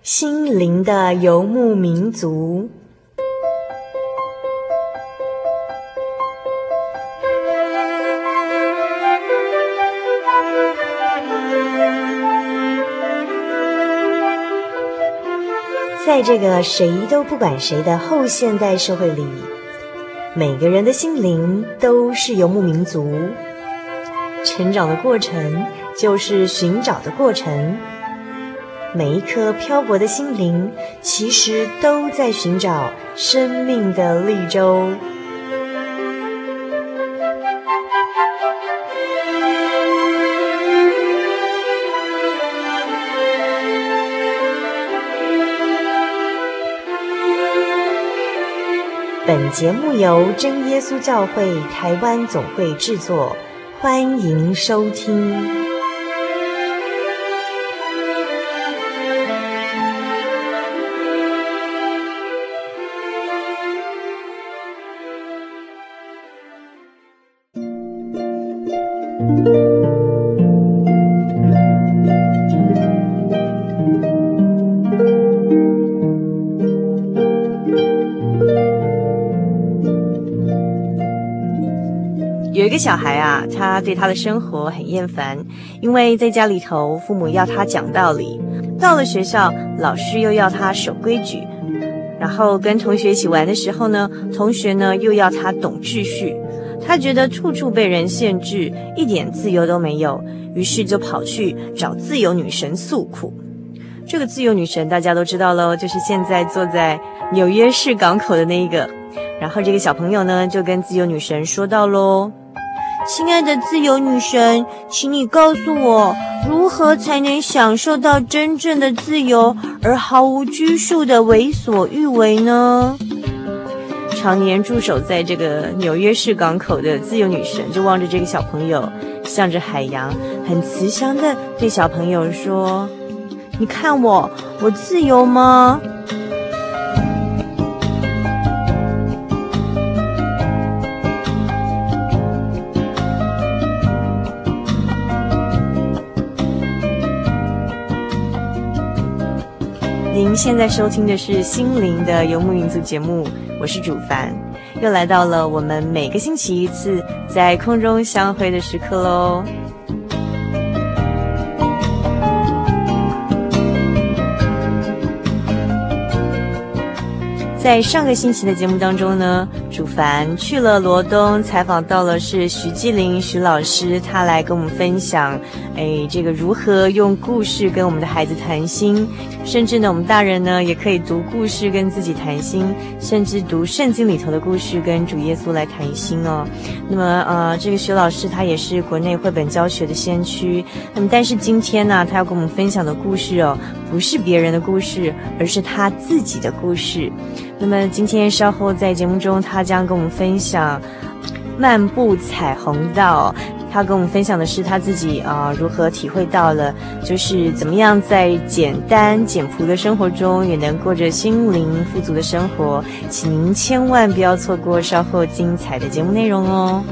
心灵的游牧民族。在这个谁都不管谁的后现代社会里，每个人的心灵都是游牧民族。成长的过程就是寻找的过程，每一颗漂泊的心灵其实都在寻找生命的绿洲。本节目由真耶稣教会台湾总会制作，欢迎收听。有一个小孩啊，他对他的生活很厌烦，因为在家里头父母要他讲道理，到了学校老师又要他守规矩，然后跟同学一起玩的时候呢，同学呢又要他懂秩序，他觉得处处被人限制，一点自由都没有，于是就跑去找自由女神诉苦。这个自由女神大家都知道咯，就是现在坐在纽约市港口的那一个。然后这个小朋友呢就跟自由女神说道咯，亲爱的自由女神，请你告诉我，如何才能享受到真正的自由，而毫无拘束的为所欲为呢？常年驻守在这个纽约市港口的自由女神就望着这个小朋友，向着海洋，很慈祥的对小朋友说，你看我自由吗？您现在收听的是心灵的游牧民族节目，我是主凡，又来到了我们每个星期一次在空中相会的时刻咯。在上个星期的节目当中呢，主凡去了罗东，采访到了是徐继林徐老师，他来跟我们分享这个如何用故事跟我们的孩子谈心，甚至呢我们大人呢也可以读故事跟自己谈心，甚至读圣经里头的故事跟主耶稣来谈心哦。那么这个徐老师他也是国内绘本教学的先驱，那么但是今天呢他要跟我们分享的故事哦，不是别人的故事，而是他自己的故事。那么今天稍后在节目中他将跟我们分享漫步彩虹道，他跟我们分享的是他自己如何体会到了就是怎么样在简单简朴的生活中也能过着心灵富足的生活，请您千万不要错过稍后精彩的节目内容哦。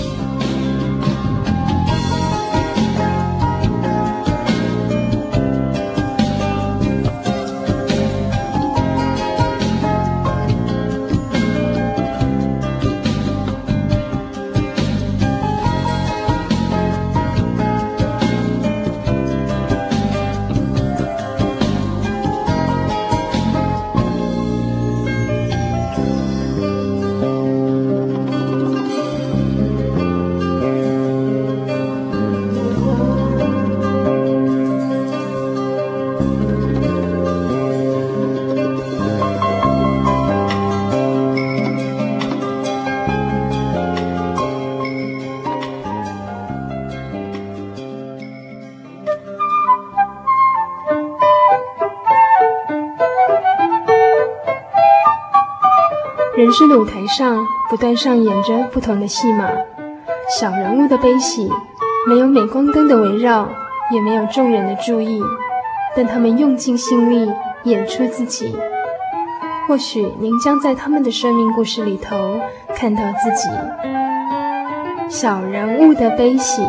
人生的舞台上不断上演着不同的戏码，小人物的悲喜，没有镁光灯的围绕，也没有众人的注意，但他们用尽心力演出自己。或许您将在他们的生命故事里头看到自己。小人物的悲喜。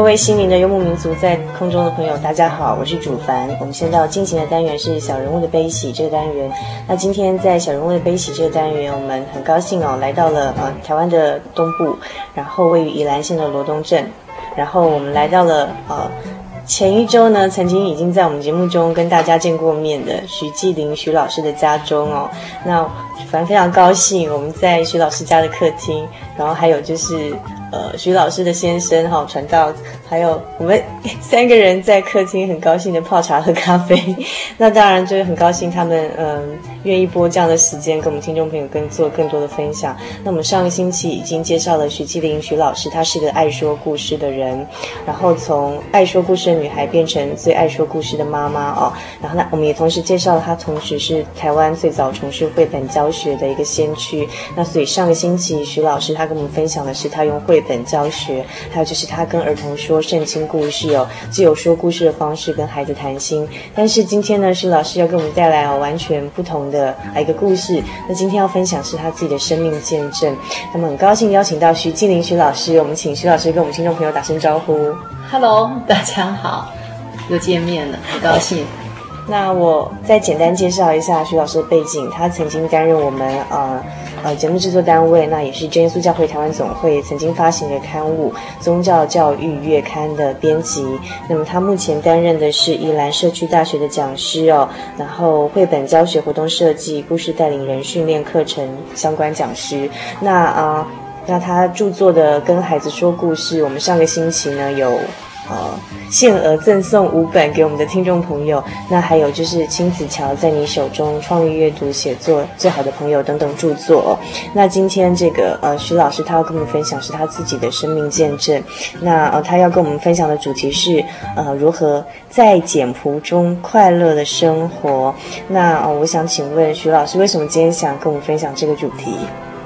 各位心灵的游牧民族在空中的朋友，大家好，我是主凡。我们先到进行的单元是小人物的悲喜这个单元。那今天在小人物的悲喜这个单元，我们很高兴来到了台湾的东部，然后位于宜兰县的罗东镇，然后我们来到了前一周呢，曾经已经在我们节目中跟大家见过面的徐继林徐老师的家中那反正非常高兴，我们在徐老师家的客厅，然后还有就是徐老师的先生传道，还有我们3个人在客厅很高兴的泡茶喝咖啡。那当然就是很高兴他们愿意拨这样的时间跟我们听众朋友做更多的分享。那我们上个星期已经介绍了徐继林徐老师，他是个爱说故事的人，然后从爱说故事的女孩变成最爱说故事的妈妈然后呢，我们也同时介绍了他同时是台湾最早从事绘本教学的一个先驱。那所以上个星期徐老师他跟我们分享的是他用绘本教学，还有就是他跟儿童说圣经故事既有说故事的方式跟孩子谈心。但是今天呢，徐老师要给我们带来完全不同的一个故事。那今天要分享是他自己的生命见证。那么很高兴邀请到徐继林徐老师，我们请徐老师跟我们听众朋友打声招呼。 Hello， 大家好，又见面了，很高兴。 那我再简单介绍一下徐老师的背景。他曾经担任我们节目制作单位，那也是真耶稣教会台湾总会曾经发行的刊物《宗教教育月刊》的编辑。那么他目前担任的是宜兰社区大学的讲师然后绘本教学活动设计、故事带领人训练课程相关讲师。那他著作的跟孩子说故事，我们上个星期呢有限额赠送5本给我们的听众朋友。那还有就是亲子桥在你手中、创意阅读、写作最好的朋友等等著作那今天这个徐老师他要跟我们分享是他自己的生命见证。那他要跟我们分享的主题是如何在简朴中快乐的生活。那我想请问徐老师，为什么今天想跟我们分享这个主题？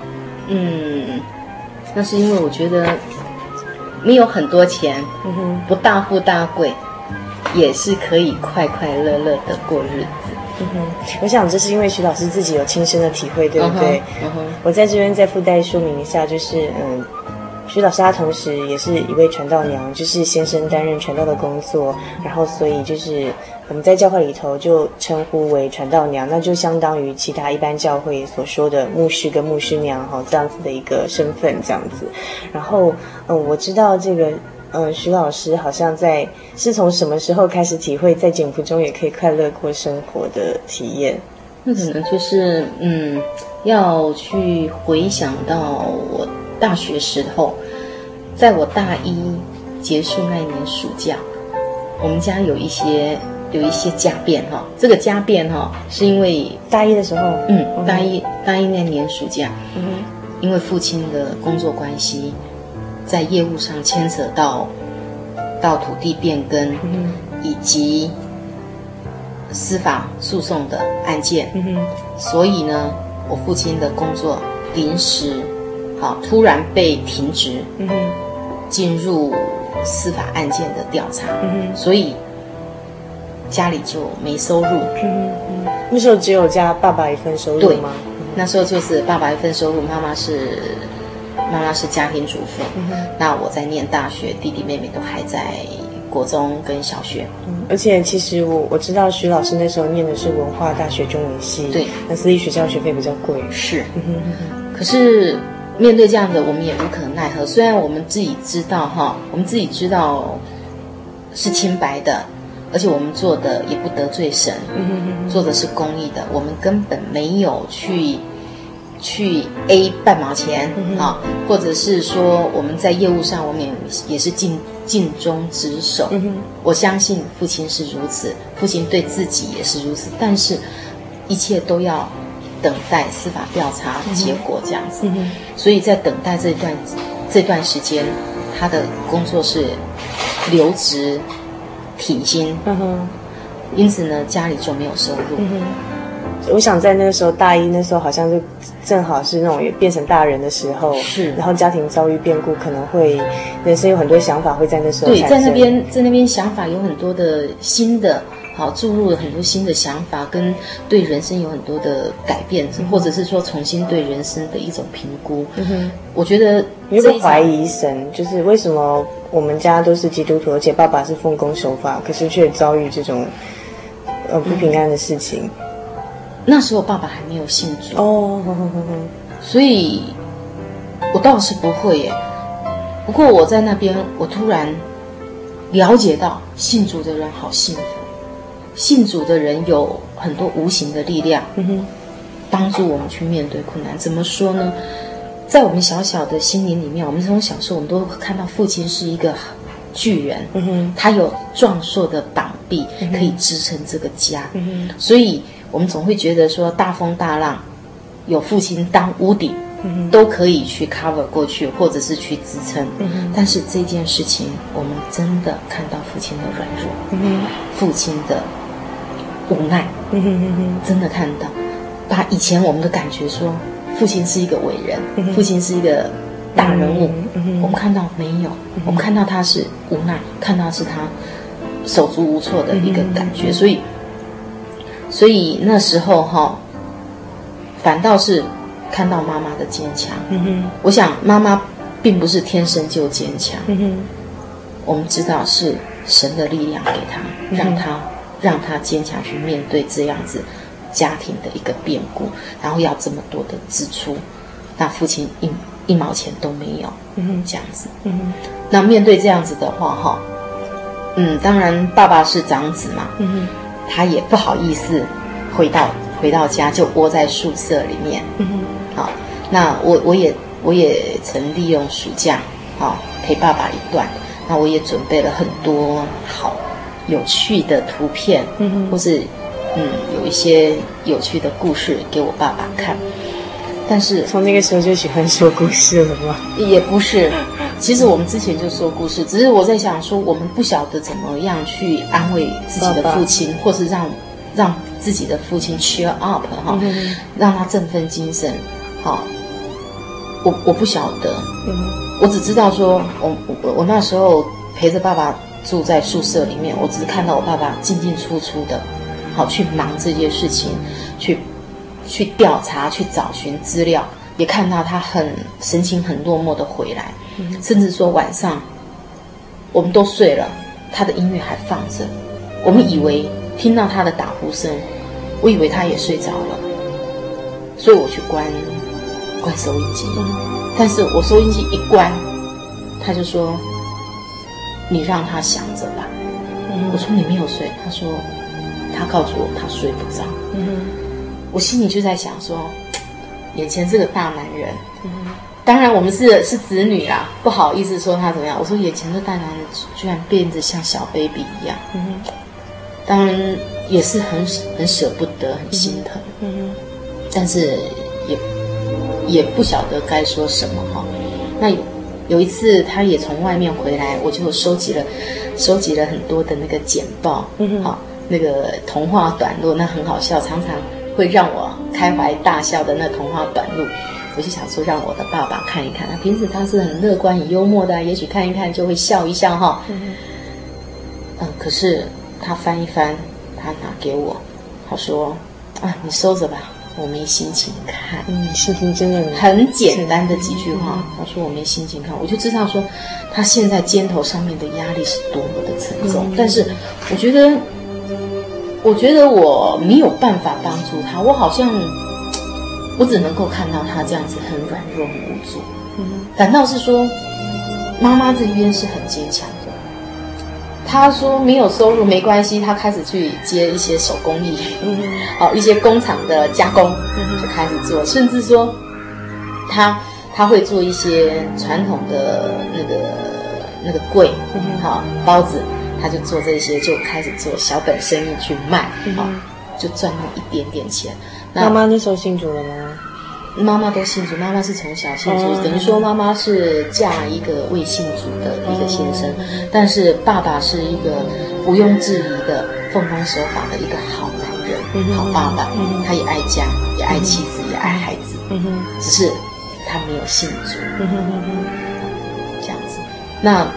那是因为我觉得没有很多钱，不大富大贵，也是可以快快乐乐的过日子。 我想这是因为徐老师自己有亲身的体会，对不对？我在这边再附带说明一下，就是徐老师他同时也是一位传道娘，就是先生担任传道的工作，然后所以就是我们在教会里头就称呼为传道娘，那就相当于其他一般教会所说的牧师跟牧师娘这样子的一个身份这样子。然后我知道这个徐老师好像是从什么时候开始体会在简朴中也可以快乐过生活的体验？ 那可能就是要去回想到我大学时候，在我大一结束那一年暑假，我们家有一些家变这个家变是因为大一的时候大一那年暑假因为父亲的工作关系，在业务上牵扯到土地变更以及司法诉讼的案件所以呢我父亲的工作临时突然被停职进入司法案件的调查所以家里就没收入那时候只有爸爸一份收入吗？ 对，那时候就是爸爸一份收入，妈妈是家庭主妇那我在念大学，弟弟妹妹都还在国中跟小学而且其实我知道徐老师那时候念的是文化大学中文系，对，那私立学校学费比较贵， 是可是面对这样的我们也无可奈何，虽然我们自己知道是清白的，而且我们做的也不得罪神做的是公益的，我们根本没有去 A 半毛钱或者是说我们在业务上我们也是尽忠职守我相信父亲是如此，父亲对自己也是如此，但是一切都要等待司法调查结果这样子所以在等待这段时间，他的工作是留职停薪因此呢家里就没有收入我想在那个时候大一那时候好像就正好是那种也变成大人的时候，是，然后家庭遭遇变故，可能会人生有很多想法会在那时候产生。 对，在那边想法有很多的新的好注入了很多新的想法，跟对人生有很多的改变，或者是说重新对人生的一种评估。我觉得你会怀疑神，就是为什么我们家都是基督徒，而且爸爸是奉公守法，可是却遭遇这种不平安的事情。 那时候爸爸还没有信主哦， 所以我倒是不会耶。不过我在那边，我突然了解到信主的人好幸福，信主的人有很多无形的力量，帮助我们去面对困难。怎么说呢？在我们小小的心灵里面，我们从小时候我们都看到父亲是一个巨人，他有壮硕的膀臂，可以支撑这个家，所以我们总会觉得说大风大浪有父亲当屋顶，都可以去 cover 过去，或者是去支撑。但是这件事情，我们真的看到父亲的软弱，父亲的无奈，真的看到。把以前我们的感觉说，父亲是一个伟人，父亲是一个大人物，我们看到没有？我们看到他是无奈，看到是他手足无措的一个感觉。所以那时候反倒是看到妈妈的坚强。我想妈妈并不是天生就坚强，我们知道是神的力量给她，让她坚强去面对这样子家庭的一个变故，然后要这么多的支出，那父亲一毛钱都没有，这样子。那面对这样子的话当然爸爸是长子嘛，他也不好意思回到家，就窝在宿舍里面。好，那我也曾利用暑假陪爸爸一段，那我也准备了很多好有趣的图片，或是有一些有趣的故事给我爸爸看。但是从那个时候就喜欢说故事了吗？ 也不是，其实我们之前就说故事，只是我在想说，我们不晓得怎么样去安慰自己的父亲，或是让自己的父亲 cheer up 让他振奋精神。我不晓得，我只知道说，我那时候陪着爸爸住在宿舍里面，我只是看到我爸爸进进出出的，去忙这件事情，去调查，去找寻资料，也看到他神情很落寞的回来，甚至说晚上我们都睡了，他的音乐还放着，我们以为听到他的打呼声，我以为他也睡着了，所以我去关收音机，但是我收音机一关，他就说你让他想着吧。我说你没有睡，他说他告诉我他睡不着。我心里就在想说，眼前这个大男人，当然我们是子女啦，不好意思说他怎么样。我说眼前这大男人居然变得像小 baby 一样，当然也是很舍不得，很心疼，但是也不晓得该说什么那有一次他也从外面回来，我就收集了很多的那个简报，那个童话短录，那很好笑，常常会让我开怀大笑的那童话短录，我就想说让我的爸爸看一看，平时他是很乐观很幽默的，也许看一看就会笑一笑可是他翻一翻，他拿给我，他说你收着吧，我没心情看。 心情真的很简单的几句话，他说我没心情看，我就知道说他现在肩头上面的压力是多么的沉重。但是我觉得我没有办法帮助他，我只能够看到他这样子很软弱很无助。反倒是说妈妈这边是很坚强的，他说没有收入没关系，他开始去接一些手工艺，一些工厂的加工，就开始做，甚至说他会做一些传统的那个柜，包子，他就做这些，就开始做小本生意去卖，就赚那一点点钱。 妈妈那时候信主了吗？ 妈妈都信主，妈妈是从小信主，等于说妈妈是嫁一个未信主的一个先生，但是爸爸是一个毋庸置疑的奉公守法的一个好男人，好爸爸，他也爱家，也爱妻子，也爱孩子，只是他没有信主，这样子。那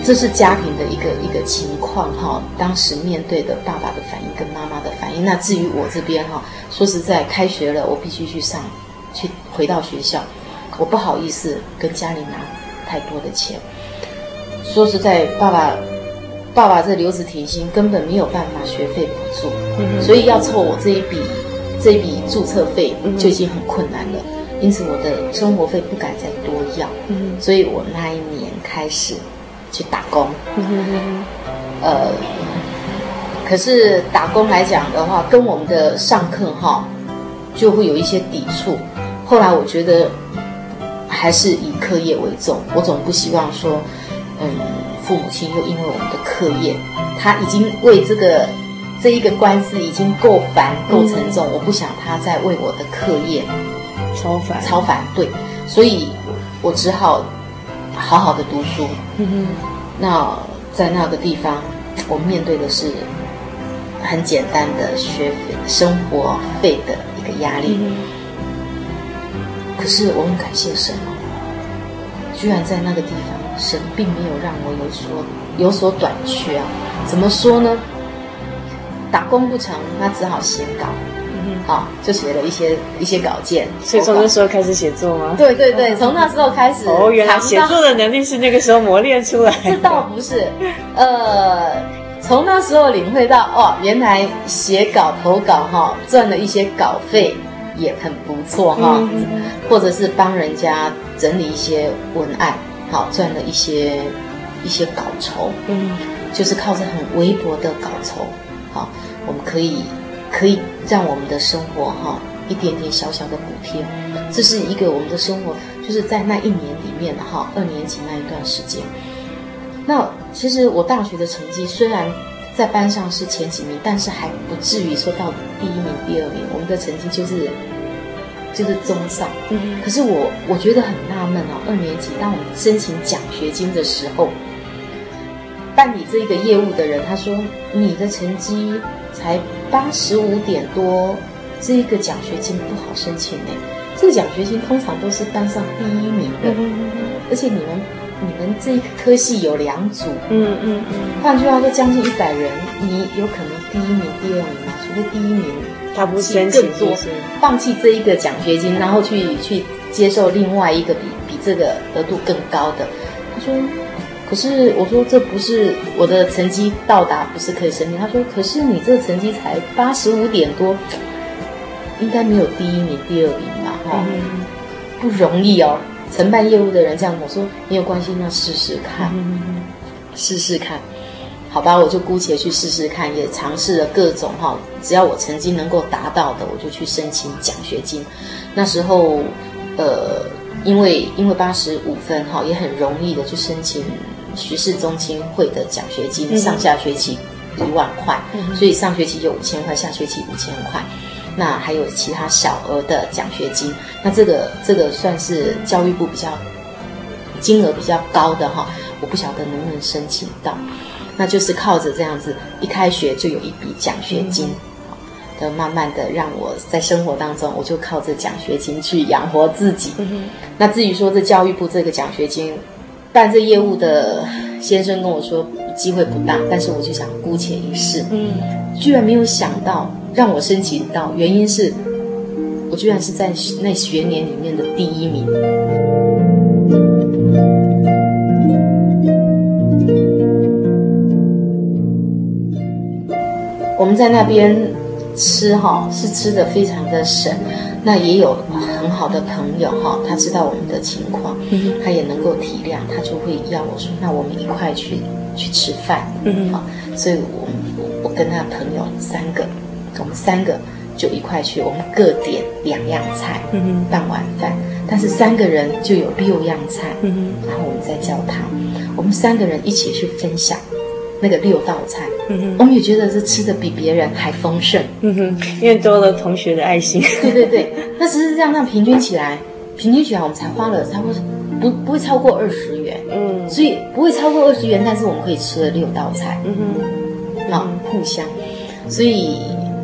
这是家庭的一个情况哈，当时面对的爸爸的反应跟妈妈的反应。那至于我这边哈，说实在，开学了，我必须去回到学校，我不好意思跟家里拿太多的钱。说实在，爸爸这留职停薪，根本没有办法学费补助，所以要凑我这一笔注册费就已经很困难了。因此我的生活费不敢再多要，所以我那一年开始去打工，可是打工来讲的话，跟我们的上课哈就会有一些抵触。后来我觉得还是以课业为重，我总不希望说，父母亲又因为我们的课业，他已经为这一个官司已经够烦够沉重，我不想他再为我的课业超烦，对，所以我只好好好的读书。那在那个地方，我面对的是很简单的学费、生活费的一个压力。可是我很感谢神哦，居然在那个地方，神并没有让我有所短缺啊。怎么说呢？打工不成，那只好写稿。就写了一些稿件。 所以从那时候开始写作吗？ 对对对，从那时候开始。 原来写作的能力是那个时候磨练出来的。 这倒不是，从那时候领会到原来写稿投稿赚了一些稿费也很不错或者是帮人家整理一些文案，赚了一些稿酬，就是靠着很微薄的稿酬，我们可以让我们的生活一点点小小的补贴。这是一个我们的生活，就是在那一年里面2年级那一段时间。那其实我大学的成绩虽然在班上是前几名，但是还不至于说到第1名、第2名，我们的成绩就是中上。可是我觉得很纳闷2年级当我们申请奖学金的时候，办理这一个业务的人他说你的成绩才85点多，这个奖学金不好申请呢。这个奖学金通常都是班上第1名的，而且你们这一科系有2组，换句话说将近100人，你有可能第1名、第2名吗？除非第1名他不申请更多， 放弃这一个奖学金，然后去接受另外一个比这个额度更高的。他说。可是我说这不是我的成绩到达不是可以申请。他说可是你这个成绩才85点多，应该没有第1名第2名吧不容易哦。承办业务的人这样跟我说没有关系，那试试看好吧，我就姑且去试试看，也尝试了各种只要我成绩能够达到的我就去申请奖学金。那时候因为85分也很容易的去申请徐氏宗亲会的奖学金，上下学期1万块，所以上学期就5000块，下学期5000块。那还有其他小额的奖学金，那这个算是教育部比较金额比较高的我不晓得能不能申请到。那就是靠着这样子，一开学就有一笔奖学金，慢慢的让我在生活当中，我就靠着奖学金去养活自己。那至于说这教育部这个奖学金，办这业务的先生跟我说机会不大，但是我就想姑且一试。居然没有想到让我申请到，原因是我居然是在那学年里面的第1名。我们在那边吃是吃的非常的省，那也有很好的朋友他知道我们的情况，他也能够体谅，他就会邀我说那我们一块去吃饭。所以我跟他朋友我们3个就一块去，我们各点2样菜，半碗饭，但是3个人就有6样菜，然后我们再叫他，我们3个人一起去分享那个6道菜，我们也觉得是吃的比别人还丰盛， 因为多了同学的爱心。 对对对，那只是这样，那平均起来我们才花了差不多不会超过20元，所以不会超过20元，但是我们可以吃了6道菜，互相，所以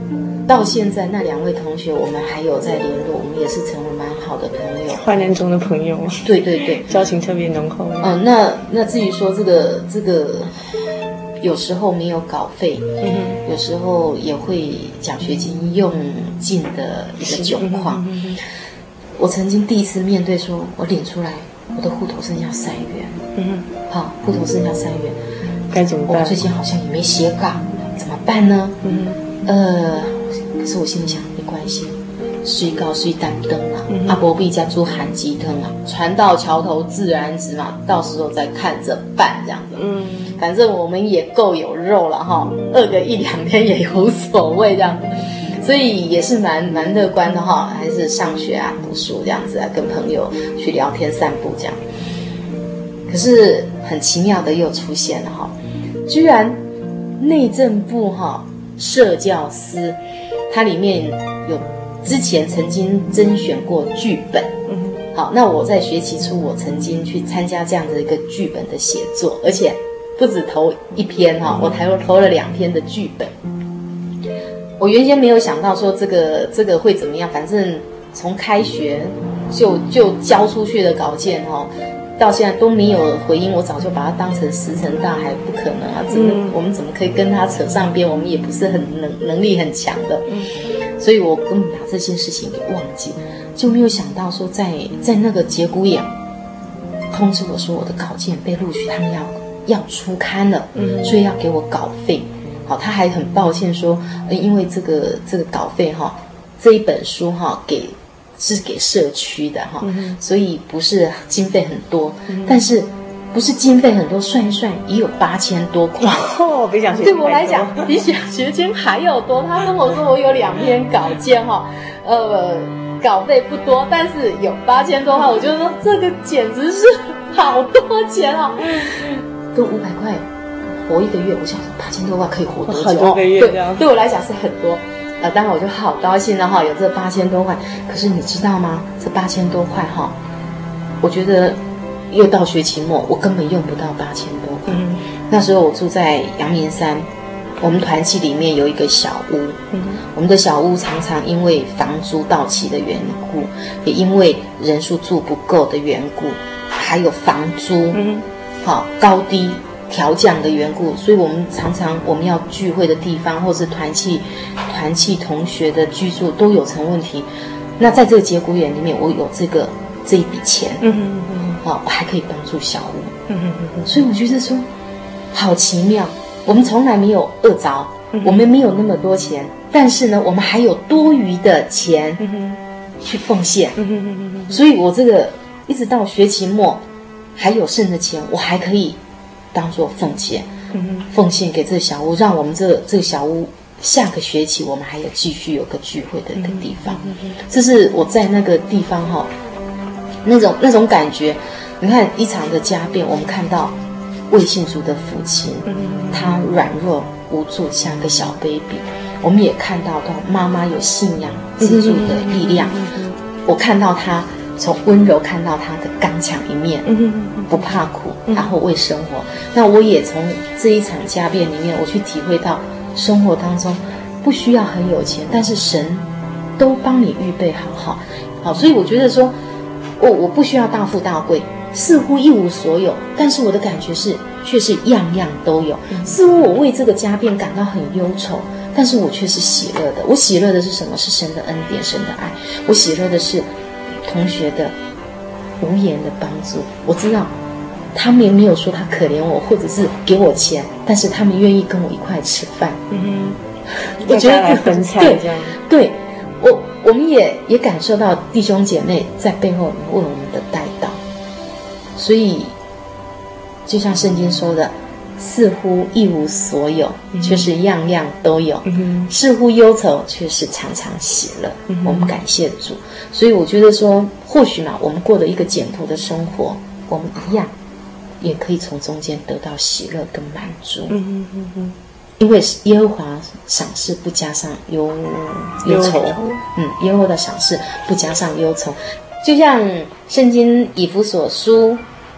到现在那2位同学我们还有在联络，我们也是成为蛮好的朋友， 患难中的朋友。 对对对， 交情特别浓厚。 那至于说这个有时候没有稿费，有时候也会奖学金用尽的一个窘况。我曾经第一次面对说，我领出来，我的户头剩下3元，好，户头剩下3元， 该怎么办？ 我最近好像也没写稿，怎么办呢？可是我心里想，没关系，水高水淡灯啊，阿伯必家煮韩鸡汤啊，船到桥头自然直嘛，到时候再看着办这样子。反正我们也够有肉了哈，饿个1-2天也无所谓这样子，所以也是蛮乐观的哈，还是上学啊、读书这样子啊，跟朋友去聊天、散步这样。可是很奇妙的又出现了哈，居然内政部哈社教司，它里面有之前曾经甄选过剧本。好，那我在学期初我曾经去参加这样的一个剧本的写作，而且不止投1篇哈，我投了2篇的剧本。我原先没有想到说这个会怎么样，反正从开学就交出去的稿件哈，到现在都没有回音，我早就把它当成石沉大海，不可能啊！我们怎么可以跟他扯上边？我们也不是很能力很强的，所以我根本把这件事情给忘记，就没有想到说在那个节骨眼通知我说我的稿件被录取，他们要出刊了，所以要给我稿费。好，他还很抱歉说，因为这个稿费哈，这一本书哈是给社区的哈，所以不是经费很多，但是不是经费很多，算一算也有8000多块。 比奖学金对我来讲比奖学金还要多。他跟我说我有2篇稿件哈，稿费不多，但是有8000多块，我就说这个简直是好多钱哦，跟500块活1个月，我想说8000多块可以活多久？ 很多个月这样。 对我来讲是很多。当然我就好高兴了哈，有这8000多块。可是你知道吗？这8000多块哈，我觉得又到学期末，我根本用不到8000多块。那时候我住在阳明山，我们团契里面有一个小屋，我们的小屋常常因为房租到期的缘故，也因为人数住不够的缘故，还有房租高低调降的缘故，所以我们常常我们要聚会的地方，或是团契同学的居住都有成问题。那在这个节骨眼里面，我有这一笔钱，我还可以帮助小屋，所以我觉得说好奇妙。我们从来没有饿着，我们没有那么多钱，但是呢，我们还有多余的钱去奉献，所以我这个一直到学期末还有剩的钱，我还可以当作奉献给这个小屋，让我们这个小屋下个学期我们还有继续有个聚会的一个地方。这是我在那个地方哈，那种感觉。你看一场的家变，我们看到未信主的父亲，他软弱无助，像个小 baby。我们也看到妈妈有信仰支柱的力量。我看到他从温柔看到他的刚强一面，不怕苦，然后为生活。那我也从这一场家变里面，我去体会到生活当中不需要很有钱，但是神都帮你预备好。所以我觉得说，我不需要大富大贵，似乎一无所有，但是我的感觉却是样样都有。似乎我为这个家变感到很忧愁，但是我却是喜乐的。我喜乐的是什么？是神的恩典，神的爱。我喜乐的是同学的无言的帮助。我知道他们也没有说他可怜我，或者是给我钱，但是他们愿意跟我一块吃饭。 我觉得分菜这样。 对，我们也感受到弟兄姐妹在背后为我们的带祷。所以就像圣经说的，似乎一无所有，却是样样都有；似乎忧愁，却是常常喜乐。我们感谢主。所以我觉得说，或许嘛，我们过了一个简朴的生活，我们一样也可以从中间得到喜乐跟满足。因为耶和华赏识不加上忧愁，耶和华的赏识不加上忧愁。就像圣经以弗所书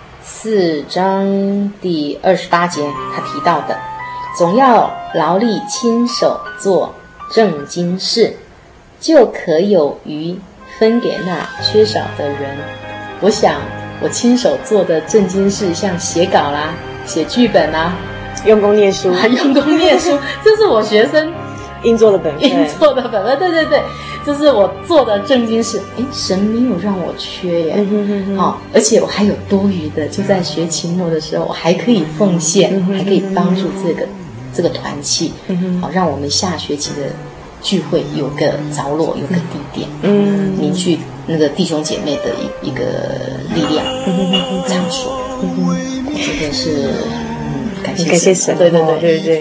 4章第28节他提到的，总要劳力亲手做正经事，就可有余分给那缺少的人。我想我亲手做的正经事，像写稿啦、写剧本啦、 用功念书， 用功念书，这是我学生应做的本分， 应做的本分。对对对，这是我做的正经事。神没有让我缺耶，而且我还有多余的，就在学期末的时候，我还可以奉献，还可以帮助这个团契，让我们下学期的聚会有个着落，有个地点，凝聚那个弟兄姐妹的一个力量场所。我觉得是感谢神，对对对对对。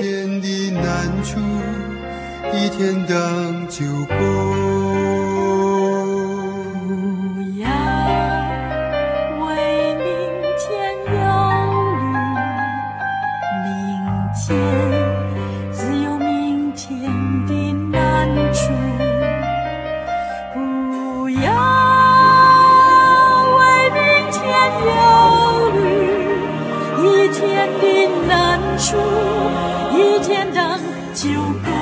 一天当就够， 不要为明天忧虑，明天自有明天的难处。不要为明天忧虑，一天的难处，一天当就够。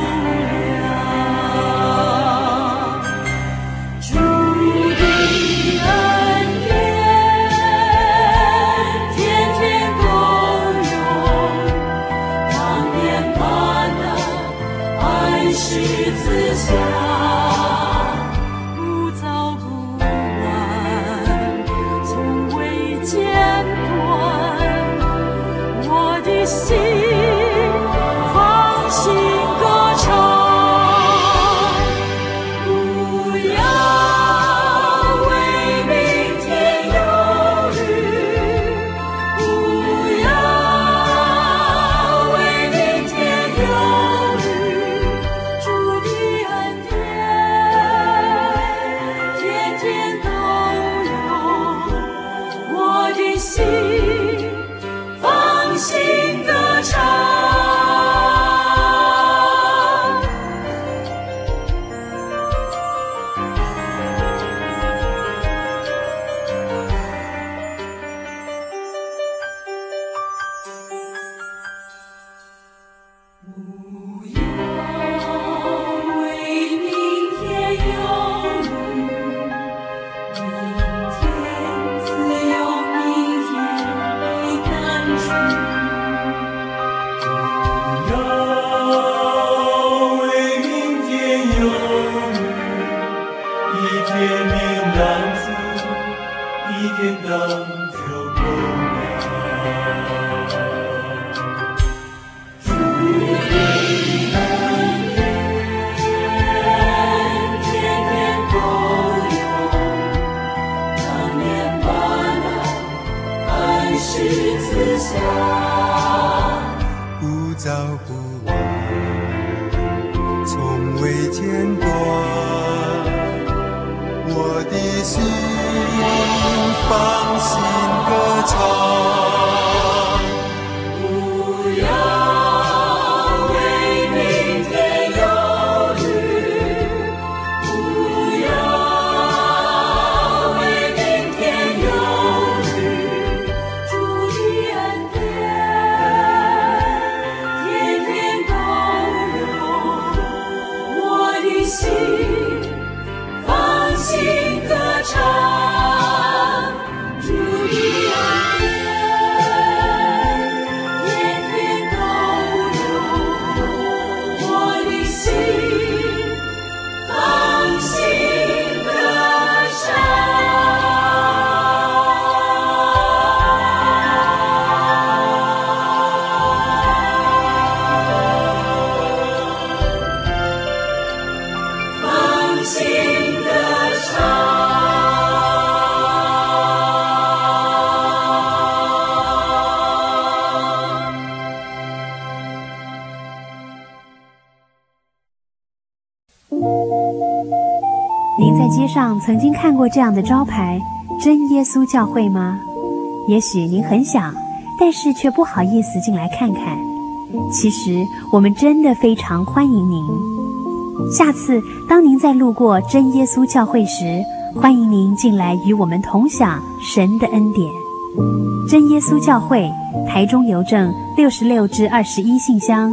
您在街上曾经看过这样的招牌“真耶稣教会”吗？也许您很想，但是却不好意思进来看看。其实我们真的非常欢迎您。下次当您再路过真耶稣教会时，欢迎您进来与我们同享神的恩典。真耶稣教会，台中邮政66-21信箱，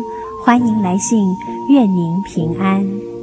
欢迎来信，愿您平安。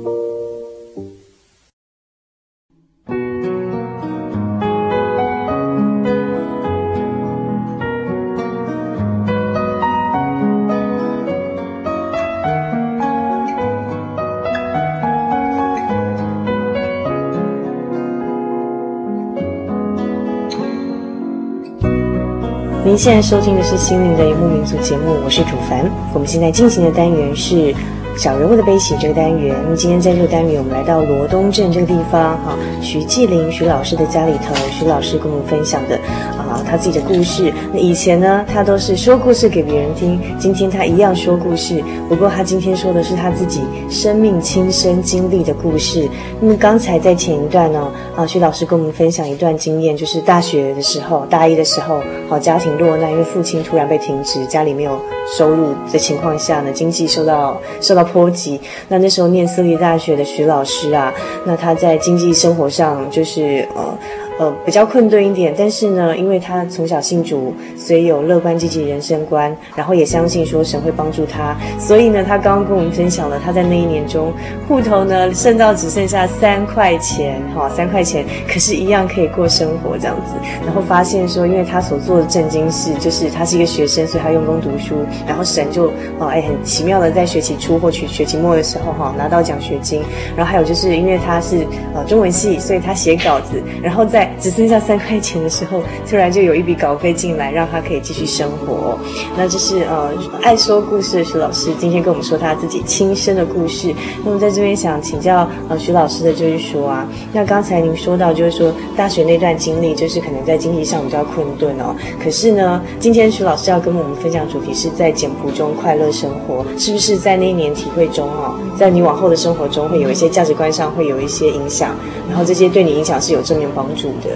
您现在收听的是心灵的游牧民族节目，我是主凡。我们现在进行的单元是小人物的悲喜这个单元。今天在这个单元，我们来到罗东镇这个地方哈，徐继林徐老师的家里头，徐老师跟我们分享的他自己的故事。那以前呢，他都是说故事给别人听，今天他一样说故事，不过他今天说的是他自己生命亲身经历的故事。那么刚才在前一段呢，徐老师跟我们分享一段经验，就是大学的时候，大一的时候，家庭落难，因为父亲突然被停职，家里没有收入的情况下呢，经济受到波及。那时候念私立大学的徐老师啊，那他在经济生活上就是比较困顿一点，但是呢，因为他从小信主，所以有乐观积极人生观，然后也相信说神会帮助他，所以呢，他刚刚跟我们分享了他在那一年中户头呢剩到只剩下3块钱，3块钱，可是一样可以过生活这样子。然后发现说，因为他所做的正经事，就是他是一个学生，所以他用功读书，然后神就很奇妙的在学期初或学期末的时候拿到奖学金。然后还有就是因为他是中文系，所以他写稿子，然后在只剩下3块钱的时候，突然就有一笔稿费进来，让他可以继续生活。那这是爱说故事的徐老师今天跟我们说他自己亲身的故事。那么在这边想请教徐老师的就是说啊，那刚才您说到就是说大学那段经历，就是可能在经济上比较困顿可是呢，今天徐老师要跟我们分享主题是在简朴中快乐生活，是不是在那一年体会中在你往后的生活中会有一些价值观上会有一些影响，然后这些对你影响是有正面帮助的？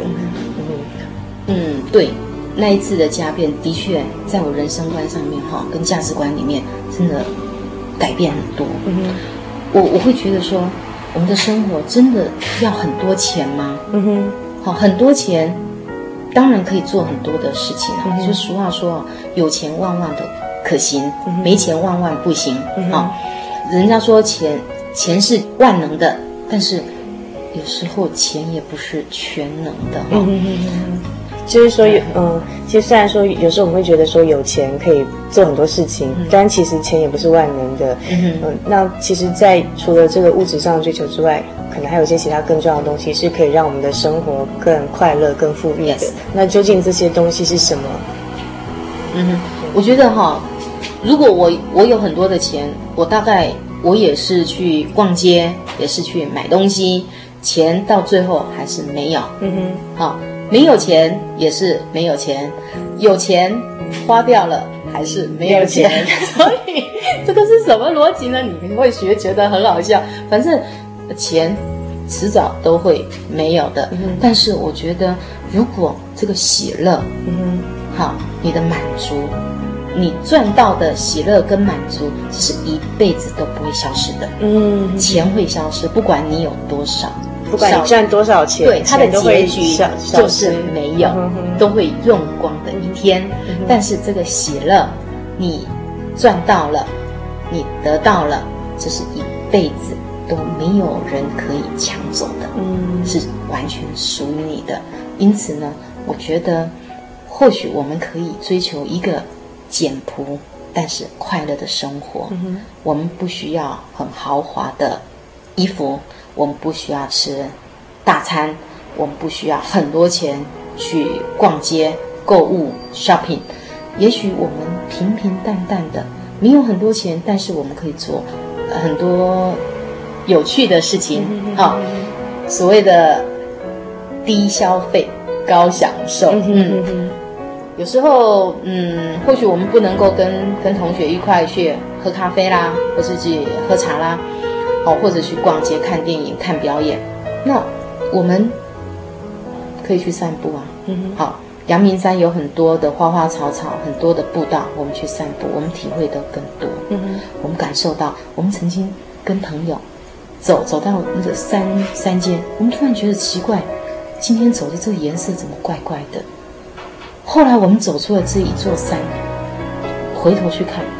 对，那一次的家变的确在我人生观上面跟价值观里面真的改变很多。我会觉得说，我们的生活真的要很多钱吗？很多钱当然可以做很多的事情就俗话说有钱万万的可行，没钱万万不行人家说钱是万能的，但是有时候钱也不是全能的就是说其实虽然说有时候我们会觉得说有钱可以做很多事情，但其实钱也不是万能的。那其实在除了这个物质上的追求之外，可能还有一些其他更重要的东西是可以让我们的生活更快乐更富裕的。那究竟这些东西是什么？ 我觉得如果我有很多的钱，我大概我也是去逛街，也是去买东西，钱到最后还是没有。没有钱也是没有钱，有钱花掉了还是没有钱。所以这个是什么逻辑呢？你会觉得很好笑。反正钱迟早都会没有的。但是我觉得，如果这个喜乐，你的满足，你赚到的喜乐跟满足，这是一辈子都不会消失的。钱会消失，不管你有多少。 不管你赚多少钱， 对，它的结局就是没有，都会用光的一天。但是这个喜乐，你赚到了，你得到了，这是一辈子都没有人可以抢走的，是完全属于你的。因此呢，我觉得或许我们可以追求一个简朴但是快乐的生活。我们不需要很豪华的衣服，我们不需要吃大餐，我们不需要很多钱去逛街购物 shopping。 也许我们平平淡淡的，没有很多钱，但是我们可以做很多有趣的事情。所谓的低消费高享受。有时候或许我们不能够跟同学一块去喝咖啡啦，或是去喝茶啦，或者去逛街看电影看表演，那我们可以去散步啊。阳明山有很多的花花草草，很多的步道，我们去散步，我们体会的更多。我们感受到，我们曾经跟朋友走到那个山间，我们突然觉得奇怪，今天走的这个颜色怎么怪怪的？后来我们走出了这一座山，回头去看，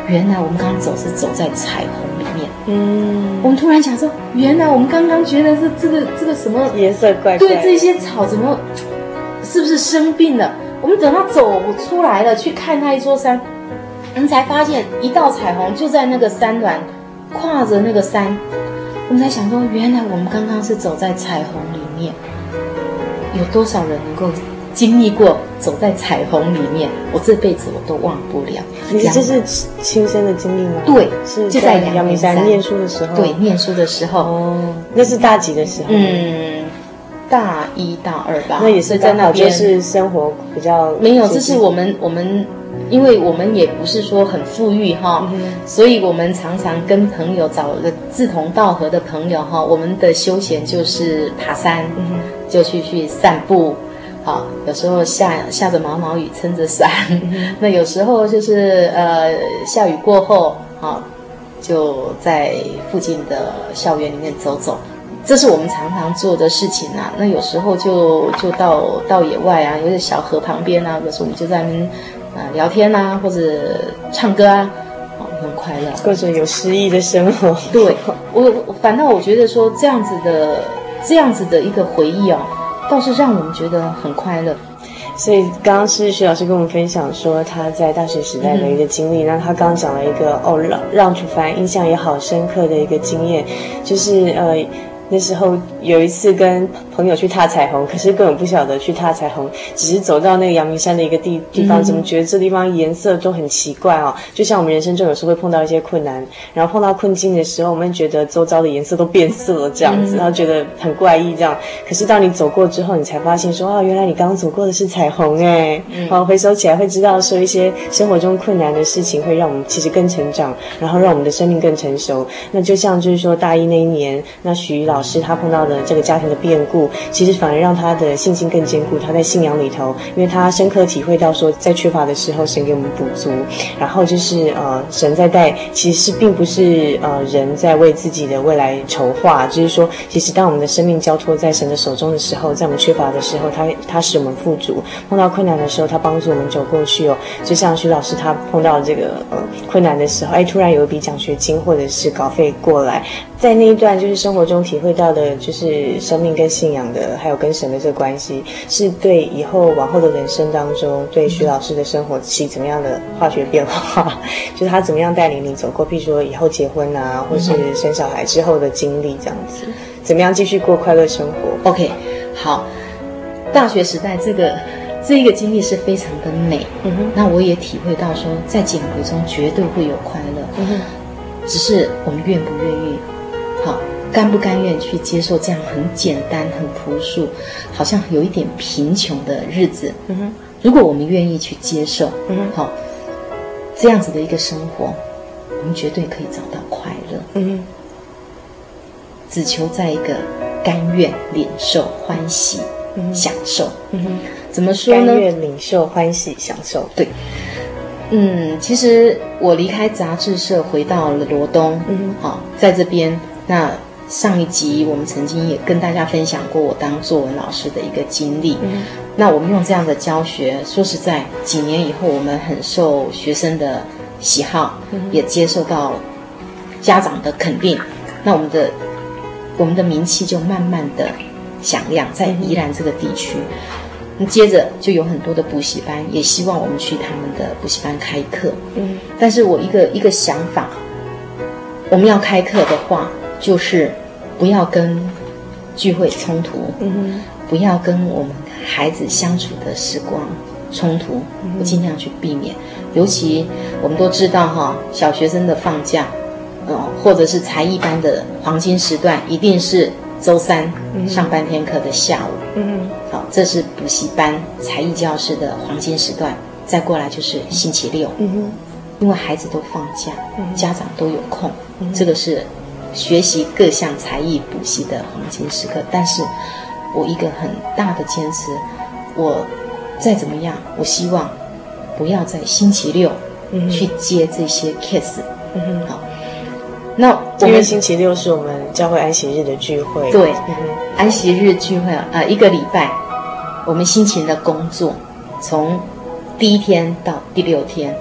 原来我们刚刚走是走在彩虹里面。我们突然想说，原来我们刚刚觉得是这个什么颜色怪怪， 对，这些草怎么是不是生病了？我们等到走出来了，去看那一座山，我们才发现一道彩虹就在那个山峦，跨着那个山。我们才想说，原来我们刚刚是走在彩虹里面。有多少人能够经历过走在彩虹里面？我这辈子我都忘不了。 你这是亲身的经历吗？ 对， 是就在阳明山念书的时候。 对，念书的时候。 哦，那是大几的时候？ 大一大二吧。 那也是在那边，就是生活比较没有，这是我们，因为我们也不是说很富裕哈，所以我们常常跟朋友找个志同道合的朋友哈，我们的休闲就是爬山，就去散步。好，有时候下着毛毛雨撑着伞，那有时候就是下雨过后，好，就在附近的校园里面走走。这是我们常常做的事情啊。那有时候就到野外啊，有点小河旁边啊，有时候我们就在那边聊天啊，或者唱歌啊，很快乐， 过着有诗意的生活。 对，反倒我觉得说这样子的一个回忆哦，倒是让我们觉得很快乐。 所以刚刚是徐老师跟我们分享说他在大学时代的一个经历，那他刚刚讲了一个让楚凡印象也好深刻的一个经验，就是那时候有一次跟朋友去踏彩虹，可是根本不晓得去踏彩虹，只是走到那个阳明山的一个地方，怎么觉得这地方颜色都很奇怪哦？就像我们人生中有时候会碰到一些困难，然后碰到困境的时候，我们觉得周遭的颜色都变色了这样子，然后觉得很怪异这样。可是当你走过之后，你才发现说原来你刚刚走过的是彩虹哎！回首起来会知道说一些生活中困难的事情会让我们其实更成长，然后让我们的生命更成熟。那就像就是说大一那一年，那徐老师他碰到的这个家庭的变故，其实反而让他的信心更坚固。他在信仰里头，因为他深刻体会到说，在缺乏的时候，神给我们补足。然后就是神在带，其实并不是人在为自己的未来筹划，就是说，其实当我们的生命交托在神的手中的时候，在我们缺乏的时候，他使我们富足；碰到困难的时候，他帮助我们走过去哦。就像徐老师他碰到这个困难的时候，突然有一笔奖学金或者是稿费过来。在那一段就是生活中体会到的，就是生命跟信仰的，还有跟神的这个关系，是对以后往后的人生当中，对徐老师的生活起怎么样的化学变化？就是他怎么样带领你走过，譬如说以后结婚啊，或是生小孩之后的经历，这样子，怎么样继续过快乐生活 ？OK， 好，大学时代这一个经历是非常的美。那我也体会到说，在简苦中绝对会有快乐。只是我们愿不愿意？好，甘不甘愿去接受这样很简单、很朴素，好像有一点贫穷的日子？如果我们愿意去接受，好，这样子的一个生活，我们绝对可以找到快乐。只求在一个甘愿领受、欢喜、享受。怎么说呢？ 甘愿领受、欢喜、享受。 对。其实我离开杂志社回到了罗东，好，在这边。那上一集我们曾经也跟大家分享过我当作文老师的一个经历。那我们用这样的教学，说实在，几年以后我们很受学生的喜好，也接受到家长的肯定。那我们的名气就慢慢的响亮，在宜兰这个地区。接着就有很多的补习班，也希望我们去他们的补习班开课。但是我一个想法，我们要开课的话，就是不要跟聚会冲突，不要跟我们孩子相处的时光冲突，我尽量去避免。尤其我们都知道哈，小学生的放假，或者是才艺班的黄金时段，一定是周三上半天课的下午。好，这是补习班才艺教室的黄金时段，再过来就是星期六。因为孩子都放假，家长都有空，这个是学习各项才艺补习的黄金时刻。但是我一个很大的坚持，我再怎么样，我希望不要在星期六去接这些 case。好，那因为星期六是我们教会安息日的聚会。 对，安息日聚会一个礼拜，我们辛勤的工作，从第一天到第6天，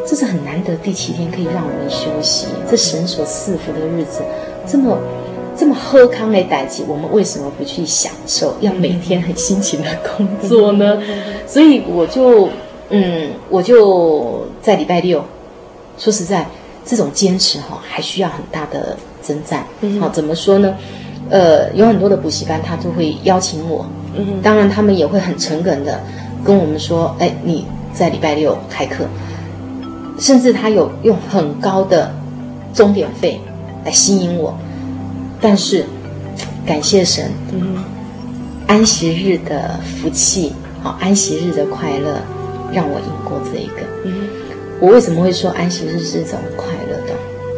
这是很难得第7天可以让我们休息，这神所赐福的日子，这么喝康的代志，我们为什么不去享受？要每天很辛勤的工作呢？所以我就在礼拜六，说实在，这种坚持还需要很大的征战。怎么说呢？有很多的补习班他都会邀请我，当然他们也会很诚恳的跟我们说，你在礼拜六开课，甚至他有用很高的钟点费来吸引我。但是感谢神，安息日的福气，安息日的快乐让我赢过这一个。我为什么会说安息日是一种快乐的？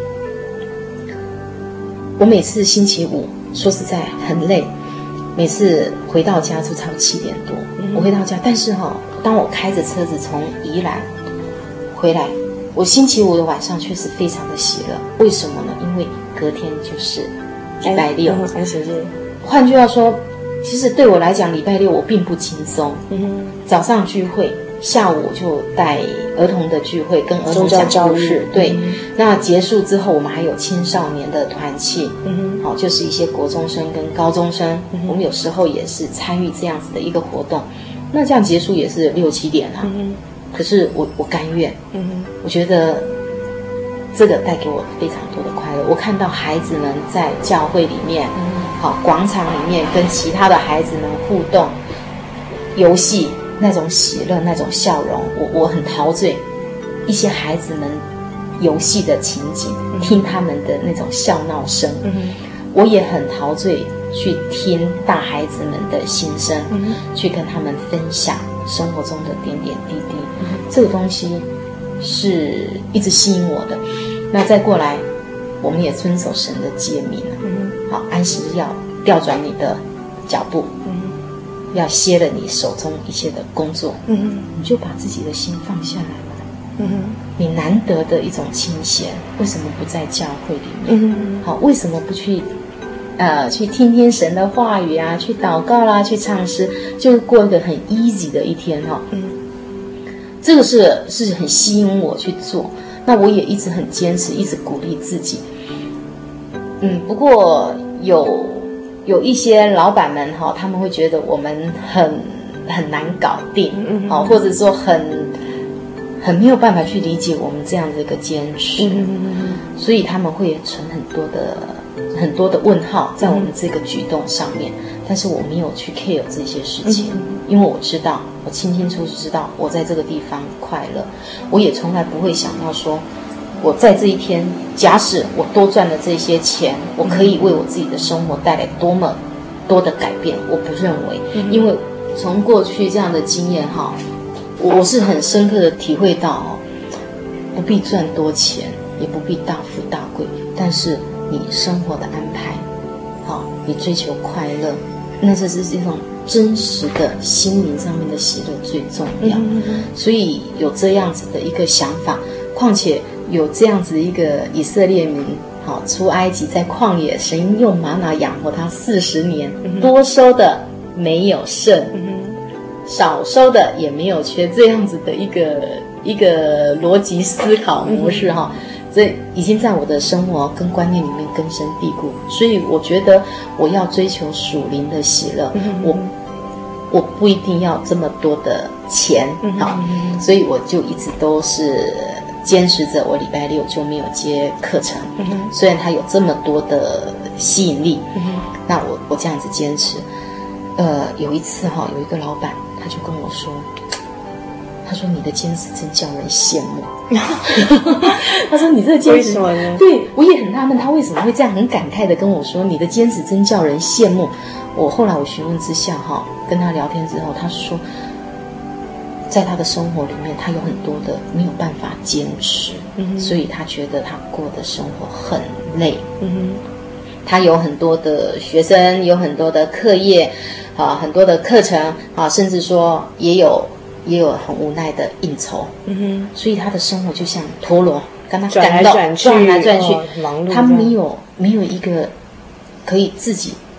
我每次星期五说实在很累，每次回到家就差不多7点多，我回到家，但是当我开着车子从宜兰回来，我星期五的晚上却是非常的喜乐。为什么呢？因为隔天就是礼拜六， 安息日。 换句话说，其实对我来讲，礼拜六我并不轻松。早上聚会，下午就带儿童的聚会，跟儿童讲故事。对，那结束之后，我们还有青少年的团契。就是一些国中生跟高中生，我们有时候也是参与这样子的一个活动。那这样结束也是6、7点啊。可是我甘愿。我觉得这个带给我非常多的快乐。我看到孩子们在教会里面，广场里面跟其他的孩子们互动、游戏，那种喜乐、那种笑容，我很陶醉。一些孩子们游戏的情景，听他们的那种笑闹声，我也很陶醉去听大孩子们的心声，去跟他们分享生活中的点点滴滴。这个东西是一直吸引我的。那再过来，我们也遵守神的诫命了。安息日要调转你的脚步，要歇了你手中一切的工作，你就把自己的心放下来了。你难得的一种清闲，为什么不在教会里面？为什么不去听听神的话语啊，去祷告啦，去唱诗，就过一个很 easy 的一天这个是很吸引我去做。那我也一直很坚持，一直鼓励自己。不过有一些老板们他们会觉得我们很难搞定，或者说很没有办法去理解我们这样的一个坚持，所以他们会存很多的问号在我们这个举动上面。但是我没有去 care 这些事情，因为我知道，我清清楚楚知道我在这个地方快乐。我也从来不会想到说，我在这一天，假使我多赚了这些钱，我可以为我自己的生活带来多么多的改变。我不认为，因为从过去这样的经验我是很深刻的体会到不必赚多钱，也不必大富大贵，但是你生活的安排，你追求快乐，那这是一种真实的心灵上面的喜乐最重要。所以有这样子的一个想法，况且有这样子一个以色列民出埃及，在旷野，神用玛拿养活他40年，多收的没有剩，少收的也没有缺，这样子的一个逻辑思考模式这已经在我的生活跟观念里面根深蒂固。所以我觉得我要追求属灵的喜乐，我不一定要这么多的钱所以我就一直都是坚持着，我礼拜六就没有接课程，虽然它有这么多的吸引力，那我这样子坚持。有一次有一个老板他就跟我说，他说你的坚持真叫人羡慕他说你这个坚持为什么呢？ 对，我也很纳闷他为什么会这样很感慨的跟我说你的坚持真叫人羡慕。后来我询问之下跟他聊天之后，他说在他的生活里面他有很多的没有办法坚持，所以他觉得他过的生活很累。他有很多的学生，有很多的课业很多的课程甚至说也有很无奈的应酬，所以他的生活就像陀螺，跟他转来转去， 转来转去， 忙碌。 他没有一个可以自己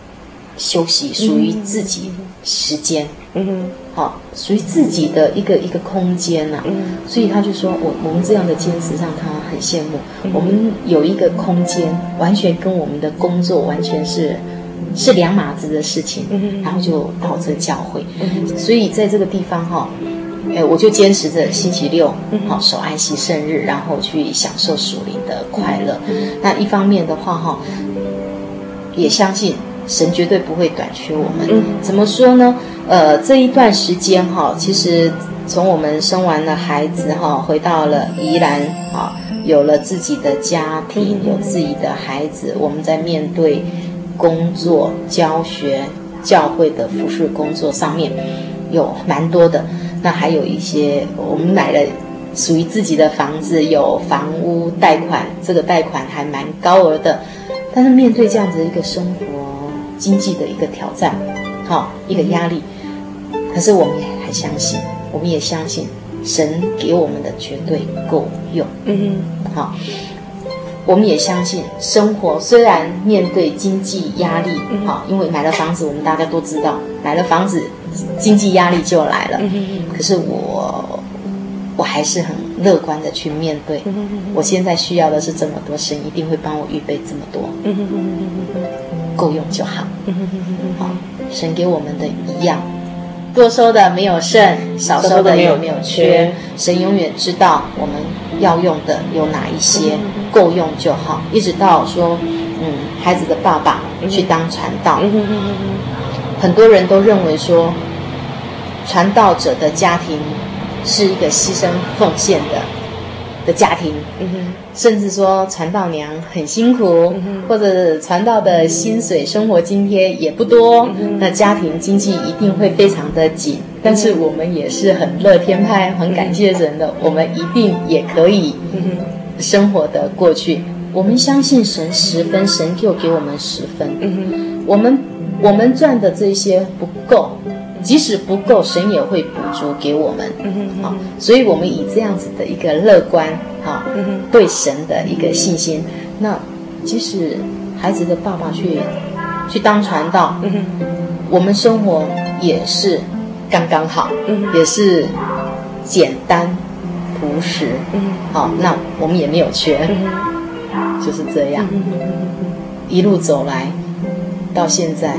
休息，属于自己时间，好，属于自己的一个空间呐。所以他就说我们这样的坚持让他很羡慕。我们有一个空间，完全跟我们的工作完全是两码子的事情，然后就到这教会。所以在这个地方哈，我就坚持着星期六好守安息圣日，然后去享受属灵的快乐。那一方面的话哈，也相信神绝对不会短缺我们。怎么说呢？这一段时间哈，其实从我们生完了孩子哈，回到了宜兰啊，有了自己的家庭，有自己的孩子，我们在面对工作、教学、教会的服事工作上面有蛮多的。那还有一些我们买了属于自己的房子，有房屋贷款，这个贷款还蛮高额的。但是面对这样子一个生活经济的一个挑战，一个压力，可是我们也还相信，我们也相信神给我们的绝对够用。好，我们也相信生活虽然面对经济压力，因为买了房子，我们大家都知道，买了房子经济压力就来了。可是我还是很乐观的去面对。我现在需要的是这么多，神一定会帮我预备这么多，够用就好。好，神给我们的一样，多收的没有剩，少收的也没有缺。神永远知道我们要用的有哪一些，够用就好。一直到说，孩子的爸爸去当传道，很多人都认为说，传道者的家庭是一个牺牲奉献的家庭，甚至说传道娘很辛苦，或者传道的薪水生活津贴也不多，那家庭经济一定会非常的紧。但是我们也是很乐天派，很感谢神的，我们一定也可以生活的过去。我们相信神10分，神就给我们10分。我们赚的这些不够，即使不够，神也会补足给我们。好，所以我们以这样子的一个乐观，对神的一个信心，那即使孩子的爸爸去当传道，我们生活也是刚刚好，也是简单朴实。好，那我们也没有缺，就是这样，一路走来到现在。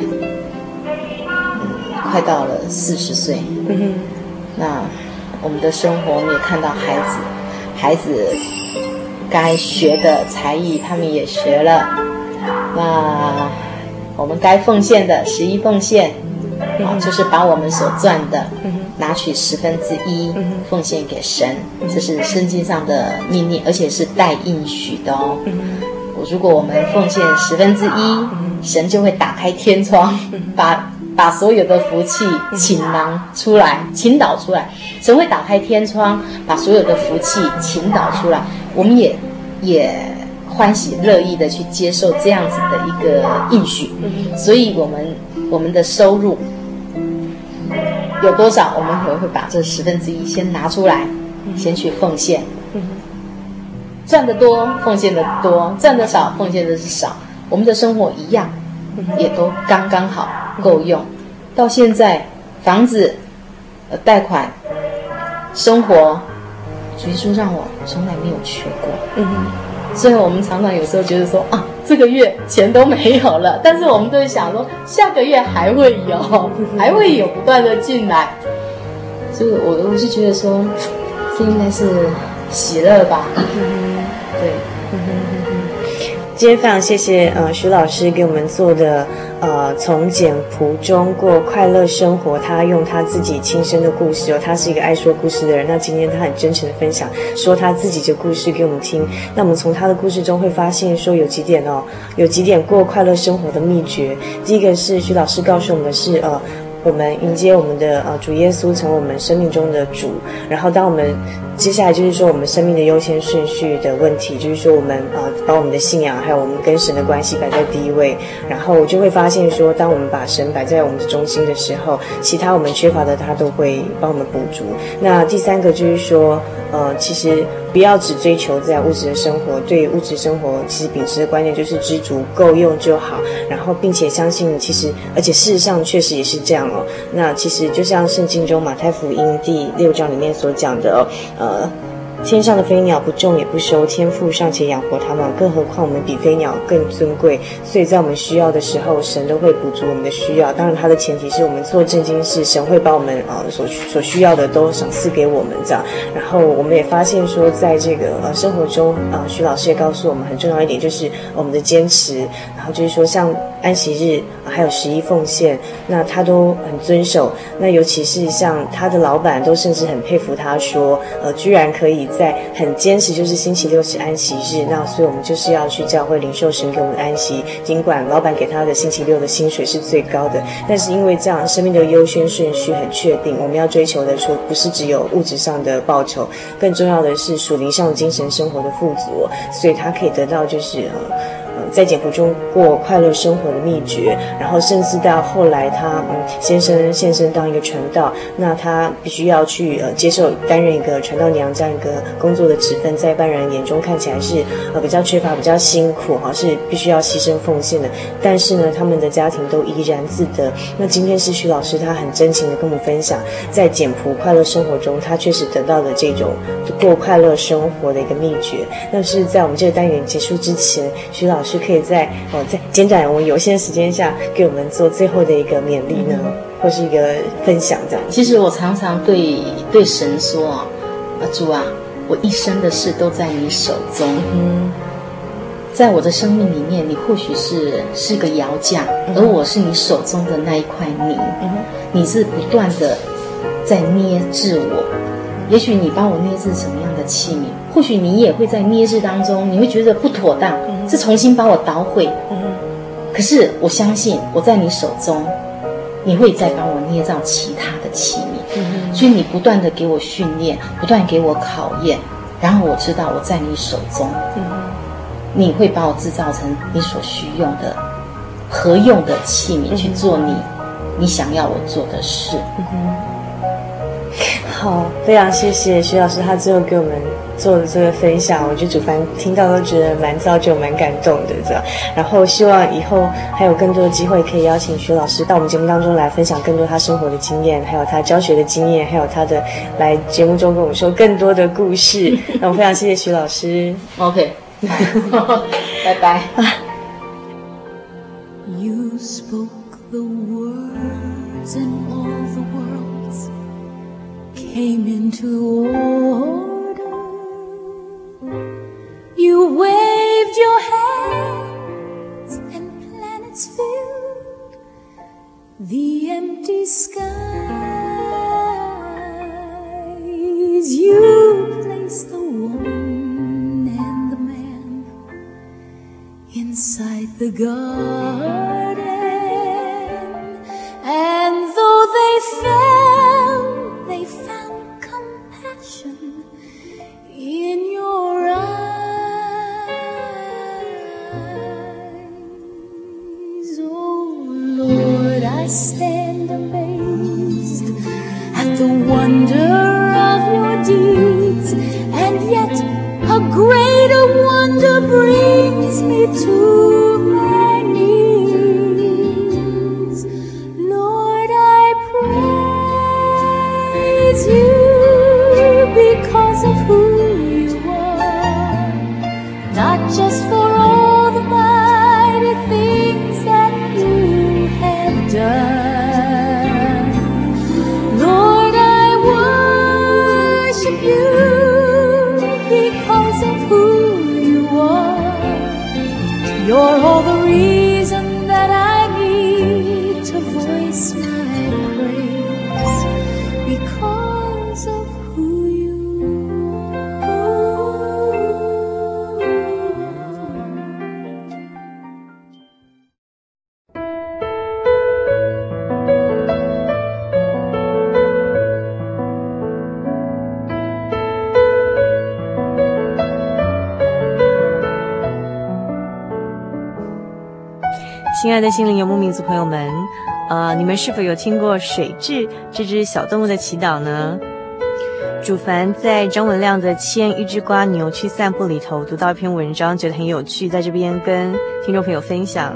快到了40岁，那我们的生活，我们也看到孩子该学的才艺，他们也学了。那我们该奉献的11奉献，就是把我们所赚的拿取1/10奉献给神，这是圣经上的命令，而且是带应许的哦。如果我们奉献1/10，神就会打开天窗，把所有的福气倾倒出来，神会打开天窗，把所有的福气倾倒出来。我们也欢喜乐意的去接受这样子的一个应许。所以我们的收入有多少，我们可能会把这1/10先拿出来，先去奉献。赚得多奉献的多，赚得少奉献的是少。我们的生活一样，也都刚刚好够用。到现在房子贷款生活，主耶稣让我从来没有缺过。所以我们常常有时候觉得说这个月钱都没有了，但是我们都会想说下个月还会有不断的进来。所以我是觉得说这应该是喜乐吧。对。 今天非常谢谢徐老师给我们做的从简朴中过快乐生活，他用他自己亲身的故事他是一个爱说故事的人，那今天他很真诚的分享说他自己的故事给我们听。那我们从他的故事中会发现说有几点过快乐生活的秘诀。第一个是徐老师告诉我们的是我们迎接我们的主耶稣成为我们生命中的主，然后当我们接下来就是说我们生命的优先顺序的问题，就是说我们把我们的信仰还有我们跟神的关系摆在第一位，然后就会发现说当我们把神摆在我们的中心的时候，其他我们缺乏的他都会帮我们补足。那第三个就是说其实不要只追求在物质的生活，对物质生活其实秉持的观念就是知足够用就好，然后并且相信其实而且事实上确实也是这样哦。那其实就像圣经中马太福音第6章里面所讲的天上的飞鸟不种也不收，天父尚且养活它们，更何况我们比飞鸟更尊贵。所以在我们需要的时候，神都会补足我们的需要。当然它的前提是我们做正经事，神会把我们所需要的都赏赐给我们这样。然后我们也发现说，在这个生活中徐老师也告诉我们很重要一点，就是我们的坚持。然后就是说像安息日还有11奉献，那他都很遵守。那尤其是像他的老板都甚至很佩服他说居然可以在很坚持，就是星期六是安息日，那所以我们就是要去教会领受神给我们的安息。尽管老板给他的星期六的薪水是最高的，但是因为这样生命的优先顺序很确定，我们要追求的说不是只有物质上的报酬，更重要的是属灵上精神生活的富足，所以他可以得到就是在简朴中过快乐生活的秘诀。然后甚至到后来他先生献身当一个传道，那他必须要去接受担任一个传道娘这样一个工作的职分，在一般人眼中看起来是比较缺乏比较辛苦是必须要牺牲奉献的，但是呢他们的家庭都怡然自得。那今天是徐老师他很真情的跟我们分享，在简朴快乐生活中他确实得到的这种过快乐生活的一个秘诀。那是在我们这个单元结束之前，徐老师可以在简短我们有限时间下给我们做最后的一个勉励呢，或是一个分享这样。 其实我常常对神说主啊，我一生的事都在你手中。在我的生命里面，你或许是个窑匠，而我是你手中的那一块泥。你是不断的在捏制我，也许你把我捏制什么样的器皿，或许你也会在捏制当中，你会觉得不妥当，是重新把我捣毁。可是我相信我在你手中，你会再把我捏造其他的器皿。所以你不断的给我训练，不断给我考验，然后我知道我在你手中，你会把我制造成你所需用的合用的器皿，去做你想要我做的事。 好，非常谢谢徐老师他最后给我们做的这个分享，我觉得主凡听到都觉得蛮造就蛮感动的这样。然后希望以后还有更多的机会可以邀请徐老师到我们节目当中来分享更多他生活的经验，还有他教学的经验，还有他的来节目中跟我们说更多的故事。那我非常谢谢徐老师。 OK 拜拜。 You spoke the words and all the worlds came into order. You waved your hands and planets filled the empty skies. You placed the woman and the man inside the garden, and though they fell, they found compassion in your eyes. Oh Lord, I stand amazed at the wonder of your deeds, and yet a greater wonder brings me to my knees. Lord, I praise you because of who you are, not just for all the mighty things that you have done. Lord, I worship you because of who you are. You're all the reason that I need to voice my praise, because of who you are. 亲爱的心灵游牧民族朋友们，你们是否有听过水蛭这只小动物的祈祷呢？ 主凡在张文亮的《牵一只蝸牛去散步》里头读到一篇文章，觉得很有趣，在这边跟听众朋友分享。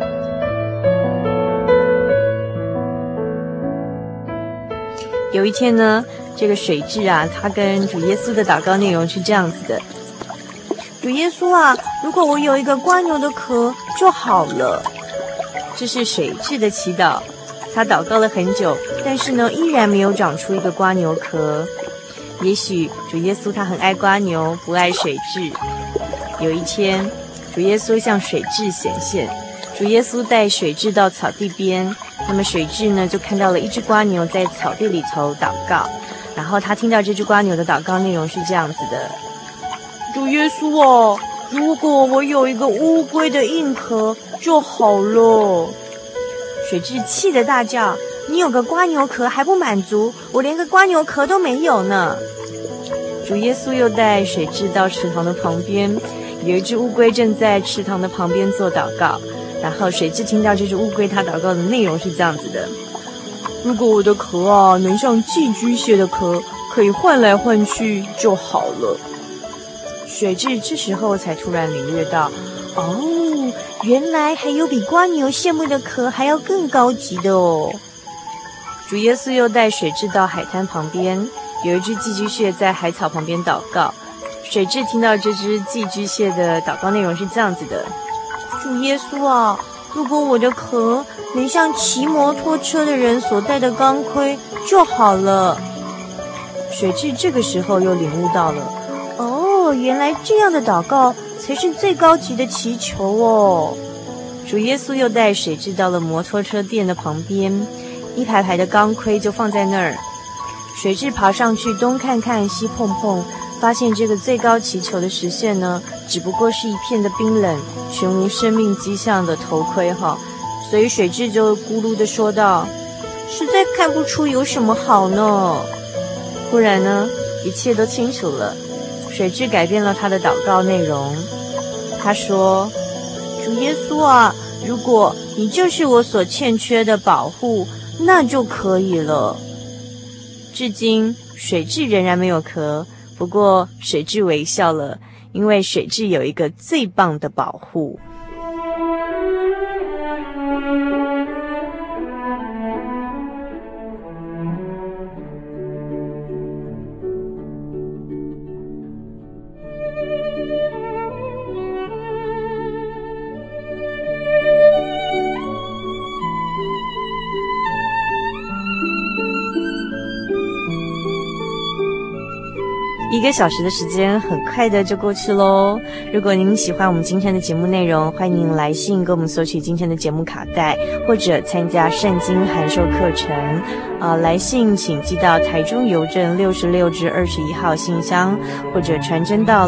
有一天呢，这个水蛭啊，他跟主耶稣的祷告内容是这样子的：主耶稣啊，如果我有一个蝸牛的壳就好了。这是水蛭的祈祷，他祷告了很久，但是呢，依然没有长出一个蝸牛壳。也许主耶稣他很爱蝸牛，不爱水蛭。有一天，主耶稣向水蛭显现，主耶稣带水蛭到草地边，那么水蛭呢就看到了一只蝸牛在草地里头祷告，然后他听到这只蝸牛的祷告内容是这样子的：主耶稣哦，如果我有一个乌龟的硬壳就好了。水蛭气得大叫：你有个蝸牛壳还不满足，我连个蝸牛壳都没有呢。主耶稣又带水蛭到池塘的旁边，有一只乌龟正在池塘的旁边做祷告，然后水蛭听到这只乌龟它祷告的内容是这样子的：如果我的壳啊能像寄居蟹的壳，可以换来换去就好了。水蛭这时候才突然领略到，哦，原来还有比蝸牛羡慕的壳还要更高级的哦。主耶稣又带水蛭到海滩旁边，有一只寄居蟹在海草旁边祷告。水蛭听到这只寄居蟹的祷告内容是这样子的：主耶稣啊，如果我的壳能像骑摩托车的人所戴的钢盔就好了。水蛭这个时候又领悟到了，哦，原来这样的祷告才是最高级的祈求哦。主耶稣又带水蛭到了摩托车店的旁边，一排排的钢盔就放在那儿。水蛭爬上去东看看西碰碰，发现这个最高祈求的实现呢，只不过是一片的冰冷全无生命迹象的头盔哈。所以水蛭就咕噜地说道：实在看不出有什么好呢。忽然呢，一切都清楚了，水蛭改变了他的祷告内容。他说：主耶稣啊，如果你就是我所欠缺的保护，那就可以了。至今水蛭仍然没有壳，不过水蛭微笑了，因为水蛭有一个最棒的保护。1个小时的时间很快的就过去咯。如果您喜欢我们今天的节目内容，欢迎您来信给我们索取今天的节目卡带，或者参加圣经函授课程。来信请寄到台中邮政66至21号信箱，或者传真到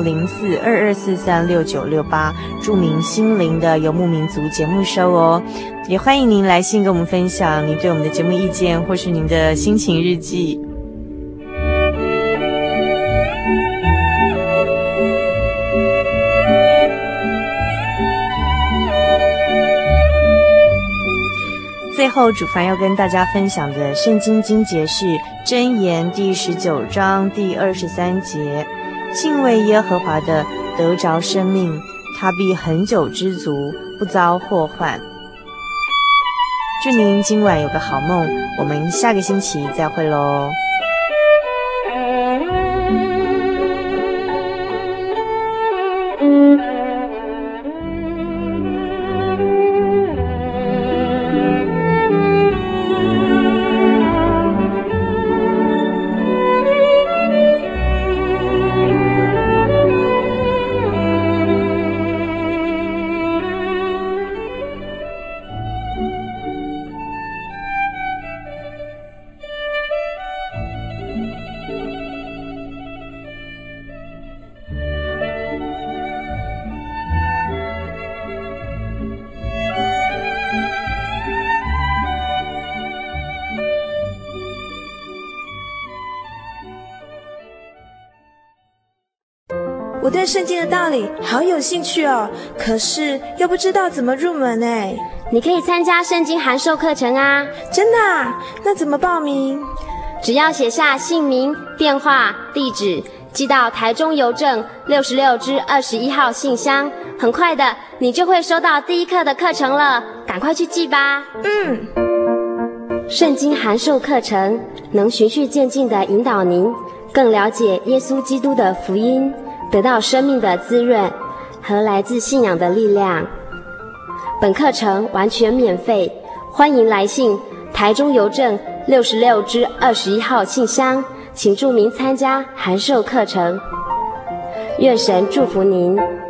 0422436968，注明心灵的游牧民族节目收哦。也欢迎您来信跟我们分享您对我们的节目意见，或是您的心情日记。最后主凡要跟大家分享的圣经经节是箴言第19章第23节：敬畏耶和华的得着生命，他必恒久知足，不遭祸患。祝您今晚有个好梦，我们下个星期再会咯。 我对圣经的道理好有兴趣哦，可是又不知道怎么入门哎。 你可以参加圣经函授课程啊。 真的啊？那怎么报名？ 只要写下姓名、电话、地址，寄到台中邮政66支21号信箱，很快的，你就会收到第一课的课程了，赶快去寄吧。圣经函授课程能循序渐进地引导您更了解耶稣基督的福音，得到生命的滋润和来自信仰的力量。本课程完全免费，欢迎来信台中邮政66支21号信箱，请注明参加函授课程。愿神祝福您。